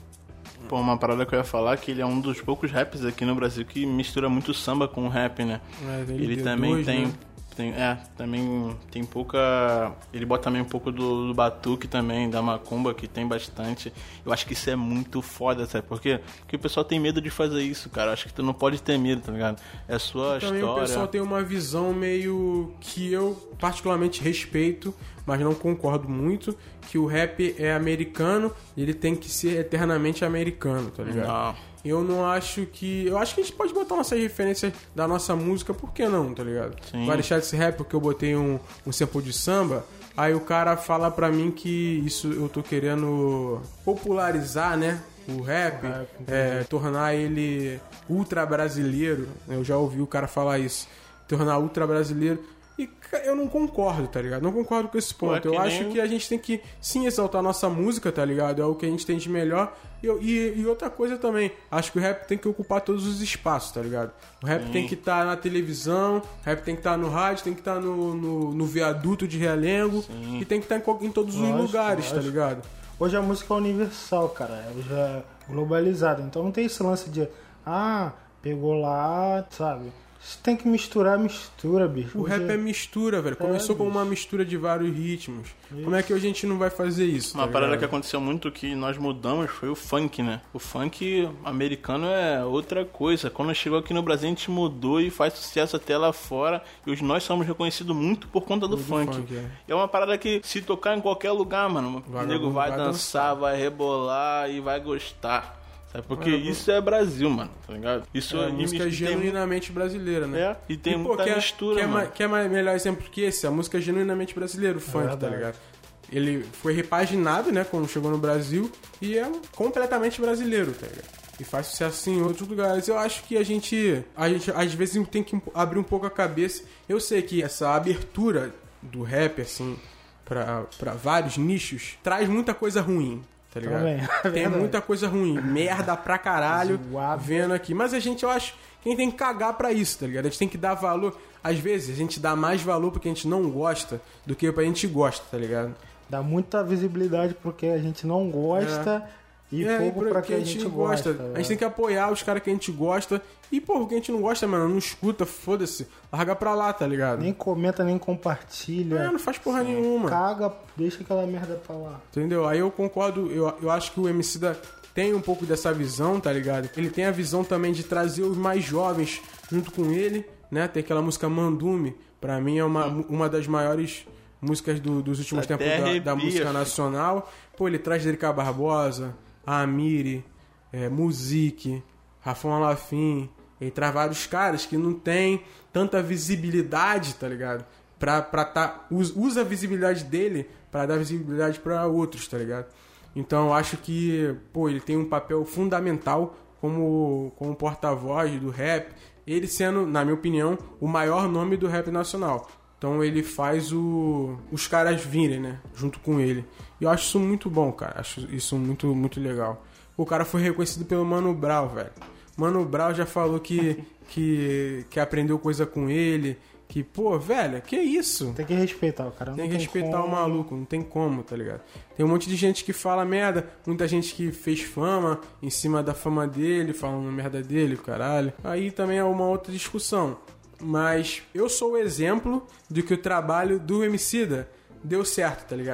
Pô, uma parada que eu ia falar é que ele é um dos poucos raps aqui no Brasil que mistura muito samba com rap, né? É, ele ele também dois, tem, né? tem... É, também tem pouca... Ele bota também um pouco do, do batuque também, da macumba, que tem bastante. Eu acho que isso é muito foda, sabe? Por quê? Porque o pessoal tem medo de fazer isso, cara. Eu acho que tu não pode ter medo, tá ligado? É a sua e também história. O pessoal tem uma visão meio que eu particularmente respeito, mas não concordo muito, que o rap é americano e ele tem que ser eternamente americano, tá ligado? Não. Eu não acho que... Eu acho que a gente pode botar nossas referências da nossa música, por que não, tá ligado? Sim. Vai deixar de ser rap porque eu botei um, um sample de samba, aí o cara fala pra mim que isso eu tô querendo popularizar, né? O rap, rap é, tornar ele ultra brasileiro. Eu já ouvi o cara falar isso. Tornar ultra brasileiro. E eu não concordo, tá ligado? Não concordo com esse ponto. Ué, eu que acho nem... que a gente tem que, sim, exaltar a nossa música, tá ligado? É o que a gente tem de melhor. E, e, e outra coisa também, acho que o rap tem que ocupar todos os espaços, tá ligado? O rap Sim. tem que estar tá na televisão, o rap tem que estar tá no rádio, tem que estar tá no, no, no viaduto de Realengo. Sim. E tem que estar tá em, em todos os lógico, lugares, lógico. tá ligado? Hoje a música é universal, cara. Ela já é globalizada. Então não tem esse lance de... Ah, pegou lá, sabe? Você tem que misturar, mistura, bicho. O Hoje rap é mistura, velho. Começou é, com uma mistura de vários ritmos. Isso. Como é que a gente não vai fazer isso? Uma tá parada ligado? que aconteceu muito que nós mudamos foi o funk, né? O funk americano é outra coisa. Quando chegou aqui no Brasil, a gente mudou e faz sucesso até lá fora. E hoje nós somos reconhecidos muito por conta do, do funk. funk é. é uma parada que, se tocar em qualquer lugar, mano, o nego vai, vai dançar, dançar, vai rebolar e vai gostar. Sabe? Porque é, isso é Brasil, mano, tá ligado? Isso é, a música é genuinamente brasileira, né? É, e tem e, pô, muita quer, mistura, quer mano. Quer mais melhor exemplo que esse? A música é genuinamente brasileira, o funk, é tá ligado? Ele foi repaginado, né, quando chegou no Brasil, e é completamente brasileiro, tá ligado? E faz sucesso em outros lugares. Eu acho que a gente, a gente, às vezes, tem que abrir um pouco a cabeça. Eu sei que essa abertura do rap, assim, pra, pra vários nichos, traz muita coisa ruim. Tá ligado? Também. Tem muita coisa ruim, merda pra caralho, Zoado. Vendo aqui. Mas a gente, eu acho, quem tem que cagar pra isso, tá ligado? A gente tem que dar valor. Às vezes, a gente dá mais valor porque a gente não gosta do que pra gente gosta, tá ligado? Dá muita visibilidade porque a gente não gosta é. e é, pouco pra quem a gente gosta. gosta. A gente tem que apoiar os caras que a gente gosta. E, pô, o que a gente não gosta, mano, não escuta, foda-se. Larga pra lá, tá ligado? Nem comenta, nem compartilha. É, não faz porra Sim. nenhuma. Caga, deixa aquela merda pra lá. Entendeu? Aí eu concordo, eu, eu acho que o Emicida tem um pouco dessa visão, tá ligado? Ele tem a visão também de trazer os mais jovens junto com ele, né? Tem aquela música Mandume, pra mim é uma, uma das maiores músicas do, dos últimos Até tempos da, arrepia, da música filho. nacional. Pô, ele traz Drica Barbosa, a Amiri, é, Musique, Rafão Alafim. Ele traz vários caras que não tem tanta visibilidade, tá ligado? Pra, pra tá, usa a visibilidade dele pra dar visibilidade pra outros, tá ligado? Então eu acho que, pô, ele tem um papel fundamental como, como porta-voz do rap. Ele sendo, na minha opinião, o maior nome do rap nacional. Então ele faz o, os caras virem, né? Junto com ele. E eu acho isso muito bom, cara. Acho isso muito, muito legal. O cara foi reconhecido pelo Mano Brown, velho. Mano Brown já falou que, que, que aprendeu coisa com ele. Que, pô, velho, que isso? Tem que respeitar o cara. Não tem que tem respeitar como. o maluco, não tem como, tá ligado? Tem um monte de gente que fala merda, muita gente que fez fama em cima da fama dele, falando merda dele, caralho. Aí também é uma outra discussão. Mas eu sou o exemplo de que o trabalho do Emicida deu certo, tá ligado?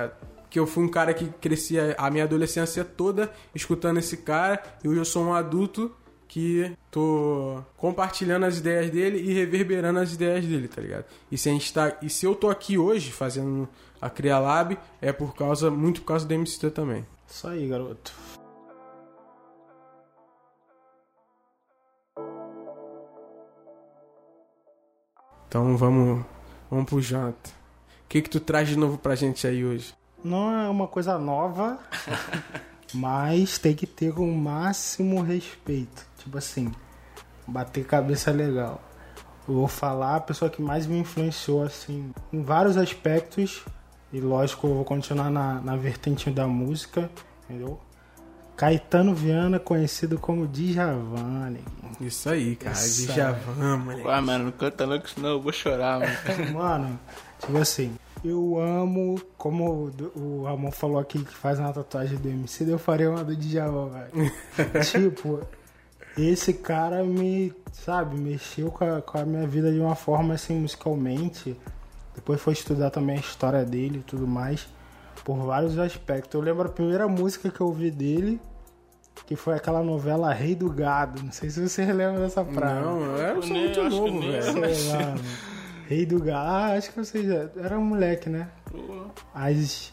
porque eu fui um cara que crescia a minha adolescência toda escutando esse cara, e hoje eu sou um adulto que tô compartilhando as ideias dele e reverberando as ideias dele, tá ligado? E se, a gente tá, e se eu tô aqui hoje fazendo a Cria Lab, é por causa, muito por causa do M C T também. Isso aí, garoto. Então vamos, vamos pro janta. O que que tu traz de novo pra gente aí hoje? Não é uma coisa nova, mas tem que ter o máximo respeito. Tipo assim, bater cabeça é legal. Eu vou falar a pessoa que mais me influenciou, assim, em vários aspectos. E lógico, eu vou continuar na, na vertente da música, entendeu? Caetano Viana, conhecido como Djavan, né? Isso aí, cara. Isso Djavan, moleque. Ah, mano, não canta não, que senão eu vou chorar, mano. Mano, tipo assim, eu amo, como o Ramon falou aqui que faz uma tatuagem do M C, eu faria uma do Djavan, velho. Tipo, esse cara me, sabe, mexeu com a, com a minha vida de uma forma assim, musicalmente. Depois foi estudar também a história dele e tudo mais, por vários aspectos. Eu lembro a primeira música que eu ouvi dele, que foi aquela novela Rei do Gado. Não sei se você lembra dessa praia. Não, eu era só nem- muito acho que novo, nem- velho. Sei lá, mano. Rei do Gado. Ah, acho que você já... Era um moleque, né? As...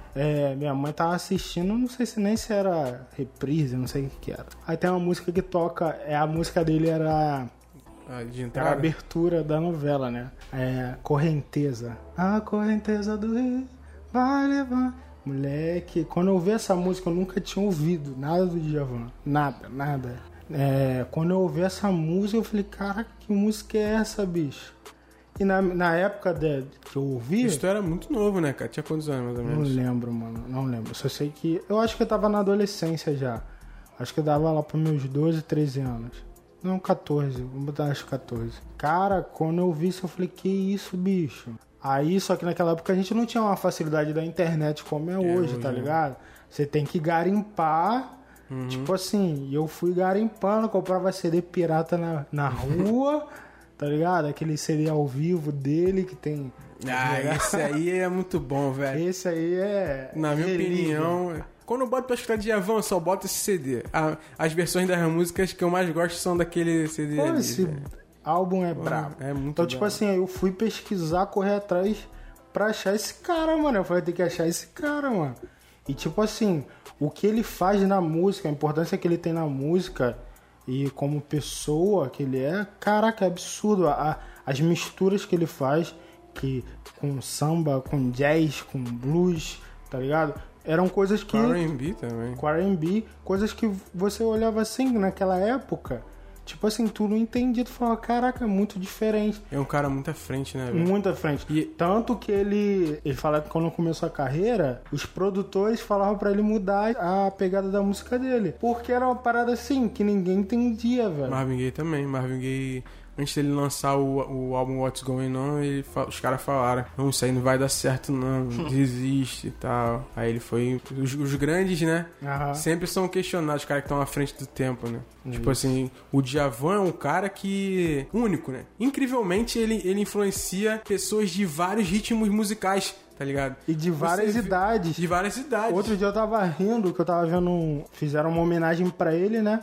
É, minha mãe tava assistindo, não sei se nem se era reprise, não sei o que que era. Aí tem uma música que toca, é, a música dele era... Ah, de Era a entrada. abertura da novela, né? É, Correnteza. A correnteza do rei vai levar... Moleque, quando eu ouvi essa música, eu nunca tinha ouvido nada do Djavan. Nada, nada. É, quando eu ouvi essa música, eu falei, cara, que música é essa, bicho? E na, na época de, que eu ouvi... Isso tu era muito novo, né, cara? Tinha quantos anos, mais ou Não menos? lembro, mano. Não lembro. Só sei que... Eu acho que eu tava na adolescência já. Acho que eu dava lá pros meus doze, treze anos. Não, catorze. Vamos botar acho catorze. Cara, quando eu vi isso, eu falei, que isso, bicho? Aí, só que naquela época a gente não tinha uma facilidade da internet como é, hoje, hoje, tá né? ligado? Você tem que garimpar. Tipo assim, eu fui garimpando, comprava C D pirata na, na rua, tá ligado? Aquele C D ao vivo dele que tem... Ah, esse aí é muito bom, velho. Esse aí é... Na minha relíquia. opinião, quando eu boto pra escutar Djavan, eu só boto esse C D. A- as versões das músicas que eu mais gosto são daquele C D Pô, ali, esse velho. álbum é brabo. é muito Então, tipo brabo. assim, eu fui pesquisar, correr atrás pra achar esse cara, mano. Eu falei, tem que achar esse cara, mano. E tipo assim, o que ele faz na música, a importância que ele tem na música e como pessoa que ele é, caraca, é absurdo. A- a- as misturas que ele faz, que com samba, com jazz, com blues, tá ligado? Eram coisas que... R and B também. com R and B, coisas que você olhava assim naquela época, tipo assim, tu não entendia, tu falava, caraca, é muito diferente, É um cara muito à frente, né, velho? muito à frente. E- Tanto que ele, ele fala que quando começou a carreira, os produtores falavam pra ele mudar a pegada da música dele, porque era uma parada assim, que ninguém entendia, velho. Marvin Gaye também. Marvin Gaye, antes dele lançar o, o álbum What's Going On, ele fa- os caras falaram, não, isso aí não vai dar certo não, desiste e tal. Aí ele foi... Os, os grandes, né? Aham. Sempre são questionados, os caras que estão à frente do tempo, né? Tipo assim, o Djavan é um cara que... único, né? Incrivelmente, ele, ele influencia pessoas de vários ritmos musicais, tá ligado? E de várias Você vê- idades. De várias idades. Outro dia eu tava rindo, que eu tava vendo. um- Fizeram uma homenagem pra ele, né?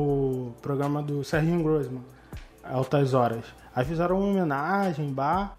No programa do Serginho Grossman, Altas Horas. Aí fizeram uma homenagem, bah.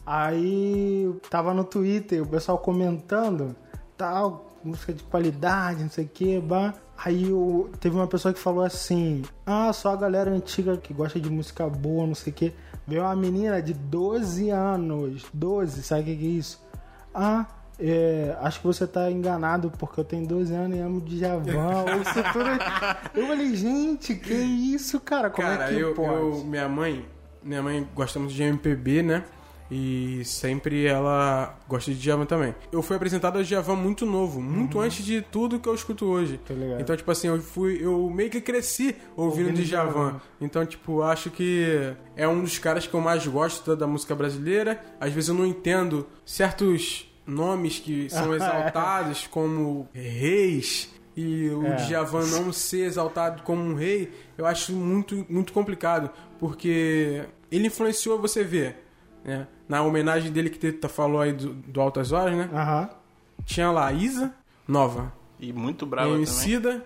Aí tava no Twitter, o pessoal comentando, tal, música de qualidade, não sei o que, bah. Aí eu, teve uma pessoa que falou assim: ah, só a galera antiga que gosta de música boa, não sei o que. Veio uma menina de doze anos, doze, sabe o que que é isso? Ah, é, acho que você tá enganado porque eu tenho doze anos e amo Djavan. ou isso tudo. Eu falei, gente, que isso, cara? Como Cara, é que eu, pode? eu- minha mãe, minha mãe gosta muito de M P B, né? E sempre ela gosta de Djavan também. Eu fui apresentado ao Djavan muito novo, muito antes de tudo que eu escuto hoje. Tô ligado. Então, tipo assim, eu fui, eu meio que cresci ouvindo, Ouvindo Djavan. Djavan. Então, tipo, acho que é um dos caras que eu mais gosto da, da música brasileira. Às vezes eu não entendo certos nomes que são exaltados como reis. E o É. Djavan não ser exaltado como um rei, eu acho muito, muito complicado. Porque ele influenciou, você vê, né? Na homenagem dele que tu falou aí do, do Altas Horas, né? Aham. Tinha lá a Isa, nova. E muito brava também. Emicida,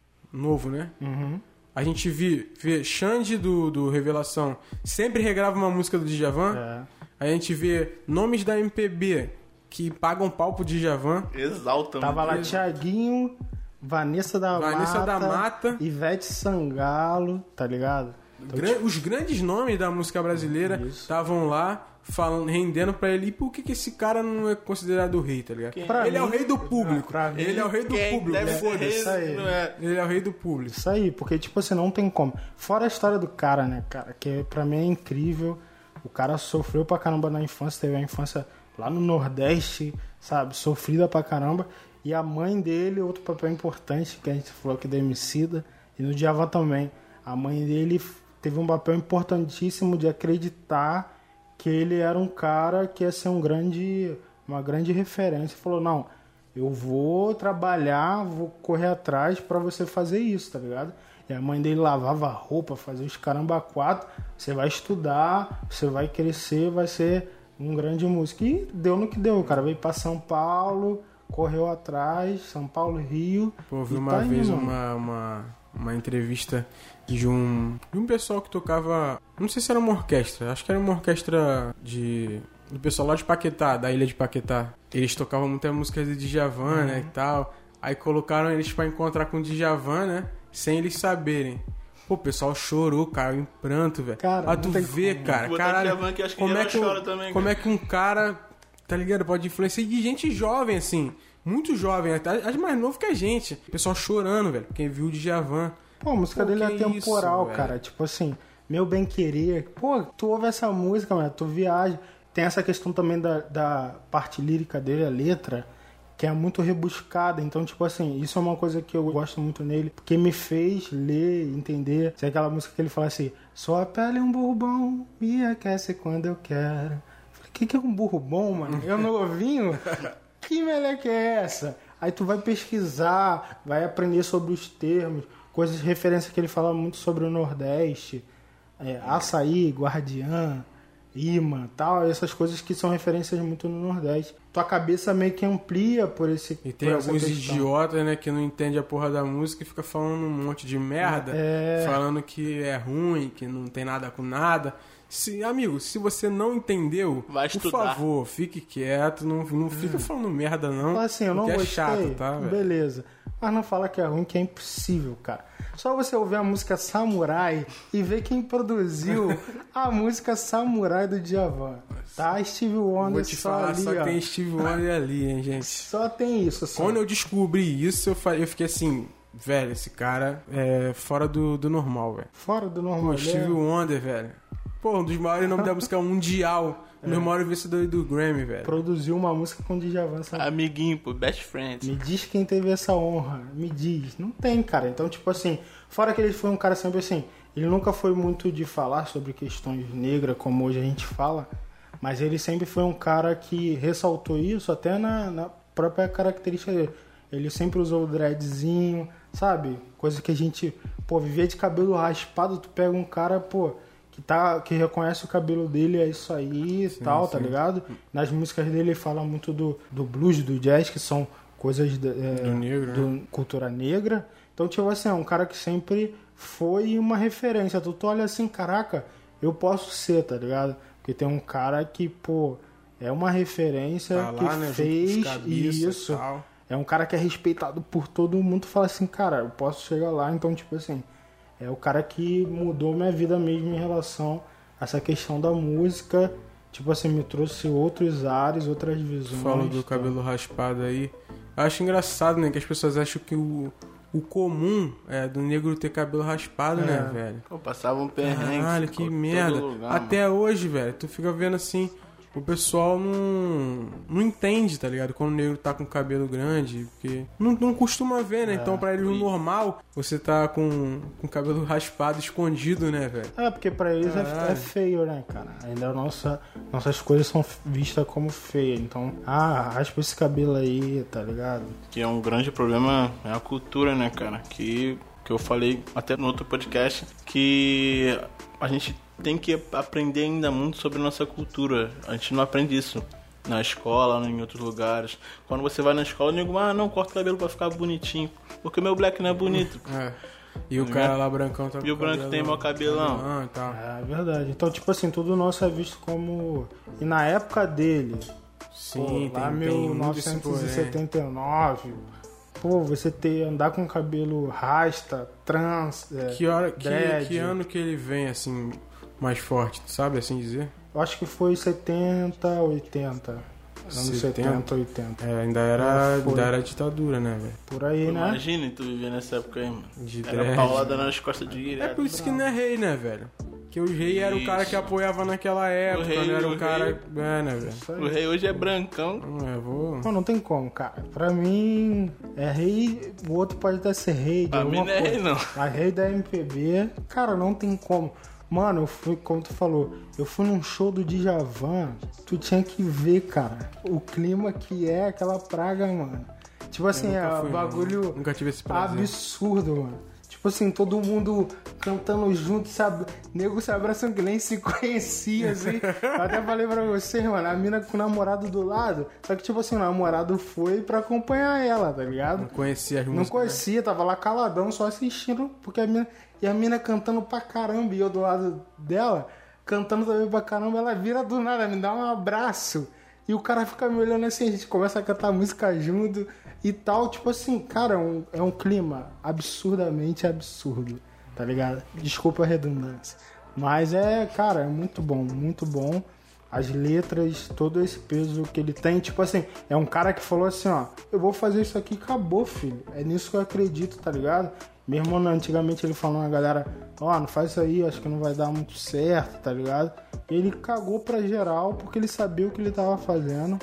novo, né? Uhum. A gente vê, vê Xande do, do Revelação, sempre regrava uma música do Djavan. É. A gente vê nomes da M P B que pagam pau pro Djavan. Exalta. Tava lá muito. Thiaguinho, Vanessa da Vanessa Mata, da Mata. Ivete Sangalo, tá ligado? Gran- Os grandes nomes da música brasileira Isso. estavam lá falando, rendendo pra ele. E por que, que esse cara não é considerado rei, tá ligado? Pra Ele é o mim- rei do público. Ah, pra mim- Ele é o rei do Quem público. deve ser Foda-se. rei, Isso aí. não é? Ele é o rei do público. Isso aí, porque, tipo assim, não tem como. Fora a história do cara, né, cara, que pra mim é incrível. O cara sofreu pra caramba na infância, teve a infância lá no Nordeste, sabe, sofrida pra caramba. E a mãe dele, outro papel importante, que a gente falou aqui da Emicida, e no Djavan também. A mãe dele teve um papel importantíssimo de acreditar que ele era um cara que ia ser um grande, uma grande referência. Falou, não, eu vou trabalhar, vou correr atrás pra você fazer isso, tá ligado? E a mãe dele lavava roupa, fazia os caramba quatro. Você vai estudar, você vai crescer, vai ser um grande músico. E deu no que deu, o cara veio pra São Paulo, correu atrás, São Paulo, Rio. Pô, eu vi e uma tá aí, vez mano. uma, uma, uma entrevista de um, de um pessoal que tocava. Não sei se era uma orquestra, acho que era uma orquestra de. Do pessoal lá de Paquetá, da ilha de Paquetá. Eles tocavam muita música de Djavan, Uhum. né, e tal. Aí colocaram eles pra encontrar com o Djavan, né, sem eles saberem. Pô, o pessoal chorou, cara, em pranto, velho. Cara, Ah, não tu tem vê, como. cara, Botar caralho, Djavan que eu acho que como é geral que, chora um- também, como é cara. que um cara, tá ligado, pode influenciar de gente jovem, assim, muito jovem, até as mais novo que a gente. O pessoal chorando, velho, quem viu o Djavan. Pô, a música Pô, dele é que temporal, isso, cara. velho. Tipo assim, Meu Bem Querer. Pô, tu ouve essa música, mano, tu viaja. Tem essa questão também da, da parte lírica dele, a letra, que é muito rebuscada. Então, tipo assim, isso é uma coisa que eu gosto muito nele, porque me fez ler, entender. Se é aquela música que ele fala assim, sua pele é um burro bom, me aquece quando eu quero. Eu falei, o que, que é um burro bom, mano? Eu novinho? Que meleca é essa? Aí tu vai pesquisar, vai aprender sobre os termos, coisas de referência que ele fala muito sobre o Nordeste, é, açaí, guardiã, imã, tal, essas coisas que são referências muito no Nordeste. Tua cabeça meio que amplia por esse E tem por essa alguns questão. idiotas, né, que não entendem a porra da música e fica falando um monte de merda, É. falando que é ruim, que não tem nada com nada. Se, amigo, se você não entendeu, Vai por estudar. favor, fique quieto, não, não fica falando merda não, Fala assim, eu não porque é gostei, chato, tá, velho? beleza. Mas não fala que é ruim, que é impossível, cara. Só você ouvir a música Samurai e ver quem produziu a música Samurai do Djavan. Tá? Steve Wonder Vou te só falar, ali, só ó. tem Steve Wonder ali, hein, gente. Só tem isso, só. Quando eu descobri isso, eu, fa- eu fiquei assim, velho, esse cara é fora do, do normal, velho. Fora do normal. Pô, ele Steve é- Wonder, velho. Pô, um dos maiores nomes da música mundial. Um dos maiores vencedores do Grammy, velho. produziu uma música com Djavan. sabe? Amiguinho, pô, best friends. Me diz quem teve essa honra. Me diz. Não tem, cara. Então, tipo assim, fora que ele foi um cara sempre assim, ele nunca foi muito de falar sobre questões negras, como hoje a gente fala, mas ele sempre foi um cara que ressaltou isso até na, na própria característica dele. Ele sempre usou o dreadzinho, sabe? Coisa que a gente, pô, viver de cabelo raspado, tu pega um cara, pô, que, tá, que reconhece o cabelo dele, é isso aí e tal, tá ligado? Nas músicas dele ele fala muito do, do blues, do jazz, que são coisas de, é, Do negro, do né? cultura negra. Então, tipo assim, é um cara que sempre foi uma referência. Tu, tu olha assim, caraca, eu posso ser, tá ligado? Porque tem um cara que, pô, é uma referência Tá que lá, né, junto com os fez cabeças e isso. tal. É um cara que é respeitado por todo mundo. Fala assim, cara, eu posso chegar lá. Então, tipo assim, é o cara que mudou minha vida mesmo em relação a essa questão da música. Tipo assim, me trouxe outros ares, outras visões. Fala do tá? cabelo raspado aí. Eu acho engraçado, né? Que as pessoas acham que o, o comum é do negro ter cabelo raspado, É. né, velho? Pô, passava um perrengue. Caralho, ficou que todo merda. lugar, Até hoje, velho, tu fica vendo assim, o pessoal não, não entende, tá ligado? Quando o negro tá com cabelo grande, porque não, não costuma ver, né? Então, pra eles, o normal, você tá com com o cabelo raspado, escondido, né, velho? É, porque pra eles é, Caralho. é feio, né, cara? Ainda a nossa, nossas coisas são vistas como feias. Então, ah, raspa esse cabelo aí, tá ligado? Que é um grande problema, é a cultura, né, cara? Que, que eu falei até no outro podcast, que a gente tem que aprender ainda muito sobre nossa cultura. A gente não aprende isso. na escola, em outros lugares. Quando você vai na escola, o nego, ah, não, corta o cabelo pra ficar bonitinho. Porque o meu black não é bonito. É. E o cara lá brancão tá com E o branco tem meu cabelão. Ah, tá. É verdade. Então, tipo assim, tudo nosso é visto como... E na época dele, Sim, pô, lá tem, mil novecentos e setenta e nove, pô, você ter, andar com cabelo rasta, trans, é, Que, hora, que, dread. que ano que ele vem, assim, mais forte, tu sabe assim dizer? Eu acho que foi setenta, oitenta. Anos setenta, oitenta. É, ainda era, É, foi. ainda era ditadura, né, velho? Por aí, né? Imagina tu viver nessa época aí, mano. De Era dread. paulada nas costas de É por isso que não é rei, né, velho? Que o rei era o cara que Isso. apoiava naquela época, rei- não era o, o cara... rei- É, né, velho? Isso aí. O rei hoje é brancão. Não, eu vou... Pô, não tem como, cara. Pra mim, é rei, o outro pode até ser rei de Pra mim alguma não é coisa. rei, não. Mas rei da M P B, cara, não tem como. Mano, eu fui, como tu falou, eu fui num show do Djavan, tu tinha que ver, cara, o clima que é aquela praga, mano. Tipo assim, nunca é fui, um bagulho não. Nunca tive esse prazer. absurdo, mano. Tipo assim, todo mundo cantando junto, sabe? Nego se abraçando que nem se conhecia, assim. Eu até falei pra vocês, mano, a mina com o namorado do lado. Só que, tipo assim, o namorado foi pra acompanhar ela, tá ligado? Não conhecia as Não músicas. conhecia, tava lá caladão, só assistindo, porque a mina. E a mina cantando pra caramba, e eu do lado dela, cantando também pra caramba, ela vira do nada, me dá um abraço. E o cara fica me olhando assim, a gente começa a cantar música junto e tal. Tipo assim, cara, é um, é um clima absurdamente absurdo, tá ligado? Desculpa a redundância. Mas é, cara, é muito bom, muito bom. As letras, todo esse peso que ele tem, tipo assim, é um cara que falou assim, ó, eu vou fazer isso aqui e acabou, filho. É nisso que eu acredito, tá ligado? Mesmo antigamente ele falou a galera, ó, oh, não faz isso aí, acho que não vai dar muito certo, tá ligado? E ele cagou pra geral porque ele sabia o que ele tava fazendo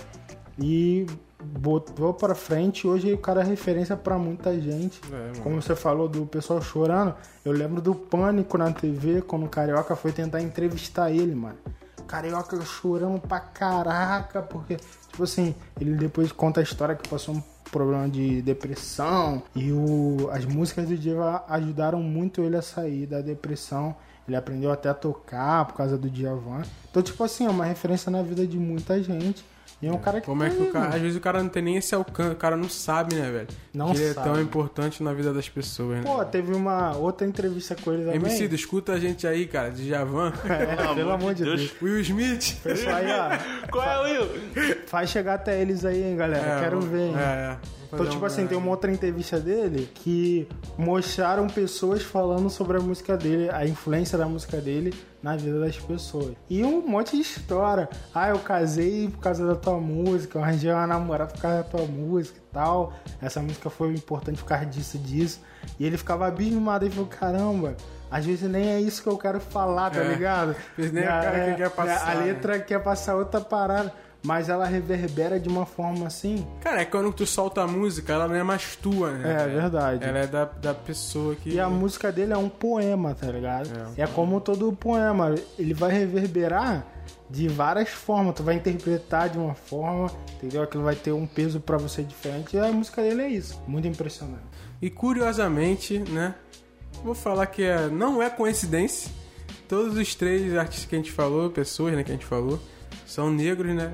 e botou pra frente. Hoje o cara é referência pra muita gente. É, Como você falou do pessoal chorando, eu lembro do Pânico na T V, quando o Carioca foi tentar entrevistar ele, mano. Carioca chorando pra caraca, porque, tipo assim, ele depois conta a história que passou um problema de depressão e o, as músicas do Djavan ajudaram muito ele a sair da depressão. Ele aprendeu até a tocar por causa do Djavan. Então, tipo assim, é uma referência na vida de muita gente. E é um cara que Como tá é que aí, o cara... mano. Às vezes o cara não tem nem esse alcance, o cara não sabe, né, velho? Não que ele sabe. é tão importante na vida das pessoas, né? Pô, teve uma outra entrevista com ele também. M C, escuta a gente aí, cara, de Javan. É, pelo amor de Deus. Will Smith. Pessoal aí, ó, Qual é, Will? faz chegar até eles aí, hein, galera. Quero vamos- ver, hein. É, é. Vamos Então, fazer tipo um- assim, tem uma outra entrevista dele que mostraram pessoas falando sobre a música dele, a influência da música dele na vida das pessoas. E um monte de história. Ah, eu casei por causa da tua música, eu arranjei uma namorada por causa da tua música e tal. Essa música foi importante por causa disso, disso. E ele ficava abismado e falou, caramba, às vezes nem é isso que eu quero falar, tá É, ligado? às vezes nem é o cara que quer passar, A né? letra quer passar outra parada. Mas ela reverbera de uma forma assim. Cara, é quando tu solta a música, ela não é mais tua, né? É, verdade. Ela é da, da pessoa que... E a música dele é um poema, tá ligado? É. É, como todo poema. Ele vai reverberar de várias formas. Tu vai interpretar de uma forma, entendeu? Aquilo vai ter um peso pra você diferente. E a música dele é isso. Muito impressionante. E curiosamente, né? Vou falar que é, não é coincidência. Todos os três artistas que a gente falou, pessoas, né, que a gente falou, são negros, né?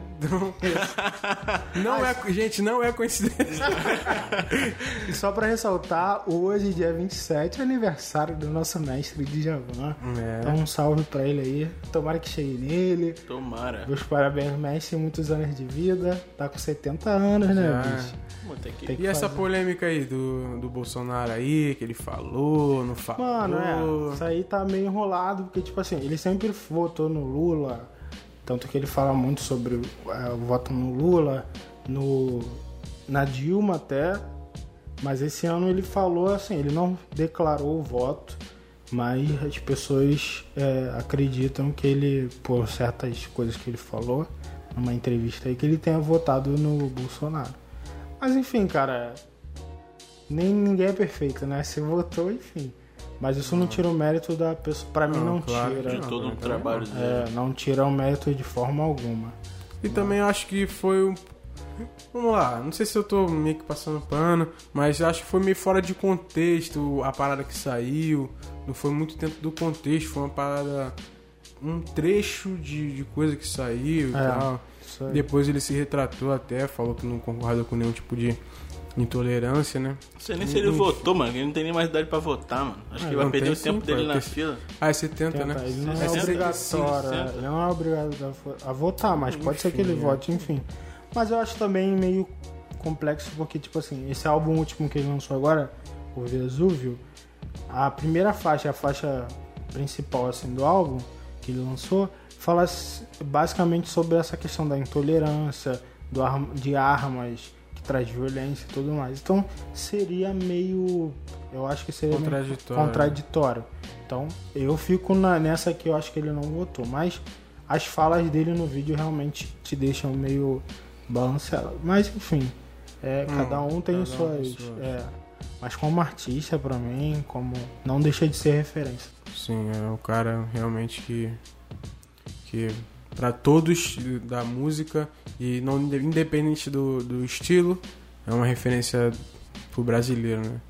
Não, não é, gente, não é coincidência. E só pra ressaltar, hoje, dia vinte e sete, é aniversário do nosso mestre Djavan. É. Então um salve pra ele aí. Tomara que chegue nele. Tomara. Meus parabéns, mestre. Muitos anos de vida. Tá com setenta anos, né, Já. bicho? Vou ter que... Tem que E essa fazer. polêmica aí do, do Bolsonaro aí, que ele falou, não falou. Mano, é, isso aí tá meio enrolado, porque, tipo assim, ele sempre votou no Lula, tanto que ele fala muito sobre é, o voto no Lula, no, na Dilma até, mas esse ano ele falou assim, ele não declarou o voto, mas as pessoas é, acreditam que ele, por certas coisas que ele falou, numa entrevista aí, que ele tenha votado no Bolsonaro. Mas enfim, cara, nem ninguém é perfeito, né? Se votou, enfim. Mas isso não tira o mérito da pessoa. Pra mim Não, não claro tira. que De todo o Não, trabalho dele. É, não tira o mérito de forma alguma. E também eu acho que foi um. Vamos lá, não sei se eu tô meio que passando pano, mas acho que foi meio fora de contexto a parada que saiu. Não foi muito tempo do contexto, foi uma parada. Um trecho de, de coisa que saiu e É. tal. Isso aí. Depois ele se retratou até, falou que não concorda com nenhum tipo de intolerância, né? Não sei nem se ele votou, mano. Ele não tem nem mais idade pra votar, mano. Acho Ah, que ele vai não perder tem o tempo sim, dele pô, na porque- fila. Ah, é setenta, Tenta, né? Ele não é sessenta, obrigatório, sessenta. ele não é obrigado a vo- a votar, mas pode ser que ele Enfim, é. vote, enfim. Mas eu acho também meio complexo, porque, tipo assim, esse álbum último que ele lançou agora, o Vesúvio, a primeira faixa, a faixa principal, assim, do álbum, que ele lançou, fala s- basicamente sobre essa questão da intolerância, do ar- de armas, que traz violência e tudo mais. Então, seria meio... Eu acho que seria meio Contraditório. contraditório. Então, eu fico na, nessa que eu acho que ele não votou. Mas as falas dele no vídeo realmente te deixam meio balanceado. Mas, enfim, é, Hum, cada um tem cada um suas... tem suas. é, mas como artista, pra mim, como não deixa de ser referência. Sim, é um cara realmente que... que para todos da música e não independente do, do estilo, é uma referência pro brasileiro, né?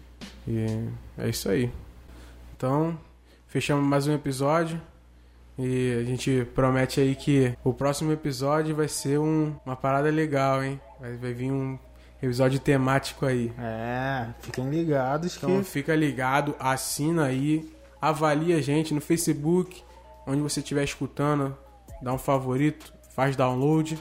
E é isso aí. Então, fechamos mais um episódio e a gente promete aí que o próximo episódio vai ser um, uma parada legal, hein? Vai, vai vir um episódio temático aí. É, fiquem ligados Então que... fica ligado, assina aí, avalia a gente no Facebook, onde você estiver escutando, dá um favorito, faz download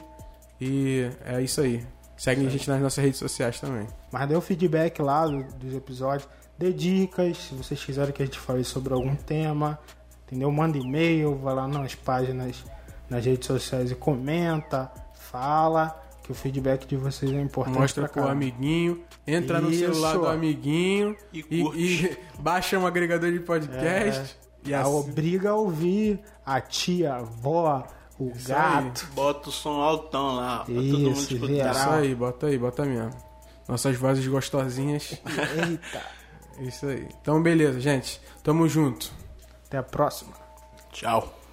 e é isso aí. Segue a gente nas nossas redes sociais também. Mas dê o feedback lá do- dos episódios, dê dicas, se vocês quiserem que a gente fale sobre algum tema, entendeu? Manda e-mail, vai lá nas páginas, nas redes sociais e comenta, fala, que o feedback de vocês é importante. Mostra pra pro caramba. amiguinho, entra no Isso. celular do amiguinho E e, curte. e baixa um agregador de podcast. E A assim, obriga a ouvir a tia, a avó, o Isso gato. Bota o som altão lá, pra todo Isso, mundo geral. escutar. isso aí, bota aí, bota mesmo. Nossas vozes gostosinhas. Eita, Isso aí. Então beleza, gente. Tamo junto. até a próxima. Tchau.